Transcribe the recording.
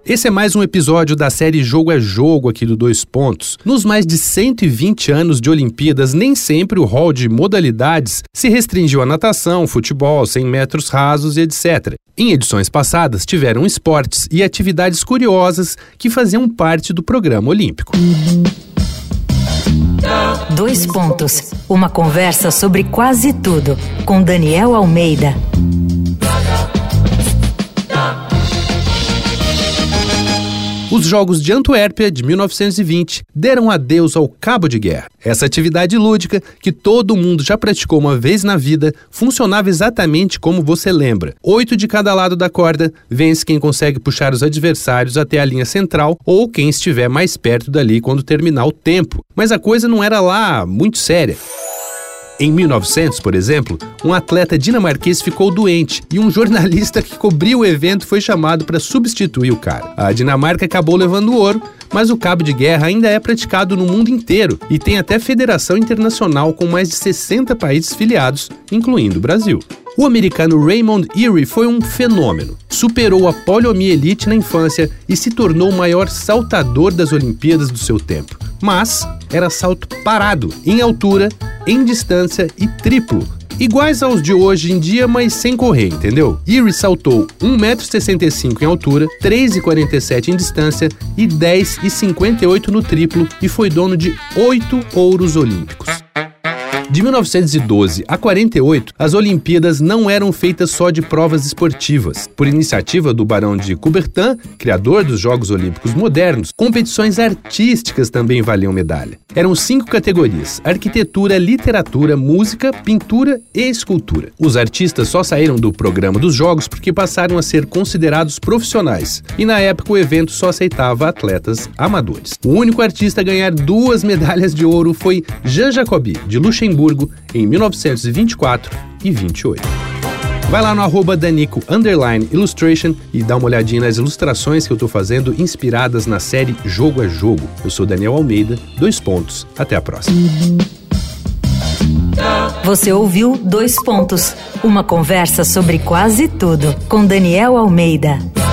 Esse é mais um episódio da série Jogo é Jogo aqui do Dois Pontos. Nos mais de 120 anos de Olimpíadas, nem sempre o rol de modalidades se restringiu a natação, futebol, 100 metros rasos e etc. Em edições passadas, tiveram esportes e atividades curiosas que faziam parte do programa olímpico. Dois Pontos. Uma conversa sobre quase tudo, com Daniel Almeida. Os Jogos de Antuérpia, de 1920, deram adeus ao cabo de guerra. Essa atividade lúdica, que todo mundo já praticou uma vez na vida, funcionava exatamente como você lembra. 8 de cada lado da corda, vence quem consegue puxar os adversários até a linha central ou quem estiver mais perto dali quando terminar o tempo. Mas a coisa não era lá muito séria. Em 1900, por exemplo, um atleta dinamarquês ficou doente e um jornalista que cobriu o evento foi chamado para substituir o cara. A Dinamarca acabou levando o ouro, mas o cabo de guerra ainda é praticado no mundo inteiro e tem até federação internacional com mais de 60 países filiados, incluindo o Brasil. O americano Raymond Urey foi um fenômeno. Superou a poliomielite na infância e se tornou o maior saltador das Olimpíadas do seu tempo. Mas era salto parado, em altura, em distância e triplo. Iguais aos de hoje em dia, mas sem correr, entendeu? Urey saltou 1,65 m em altura, 3,47 em distância e 10,58 no triplo e foi dono de 8 ouros olímpicos. De 1912 a 48, as Olimpíadas não eram feitas só de provas esportivas. Por iniciativa do Barão de Coubertin, criador dos Jogos Olímpicos modernos, competições artísticas também valiam medalha. Eram 5 categorias: arquitetura, literatura, música, pintura e escultura. Os artistas só saíram do programa dos Jogos porque passaram a ser considerados profissionais, e na época o evento só aceitava atletas amadores. O único artista a ganhar 2 medalhas de ouro foi Jean Jacobi, de Luxemburgo, em 1924 e 28. Vai lá no @Danico_Illustration e dá uma olhadinha nas ilustrações que eu tô fazendo inspiradas na série Jogo é Jogo. Eu sou Daniel Almeida, 2 pontos. Até a próxima. Você ouviu 2 Pontos, uma conversa sobre quase tudo com Daniel Almeida.